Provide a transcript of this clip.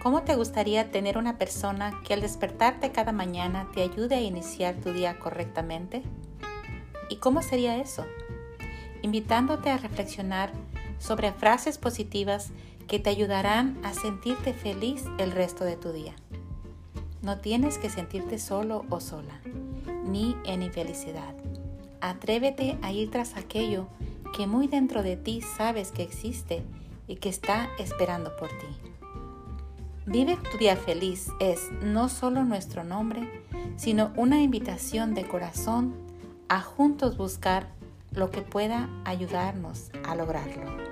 ¿Cómo te gustaría tener una persona que al despertarte cada mañana te ayude a iniciar tu día correctamente? ¿Y cómo sería eso? Invitándote a reflexionar sobre frases positivas que te ayudarán a sentirte feliz el resto de tu día. No tienes que sentirte solo o sola, ni en infelicidad. Atrévete a ir tras aquello que muy dentro de ti sabes que existe y que está esperando por ti. Vive tu día feliz es no solo nuestro nombre, sino una invitación de corazón a juntos buscar lo que pueda ayudarnos a lograrlo.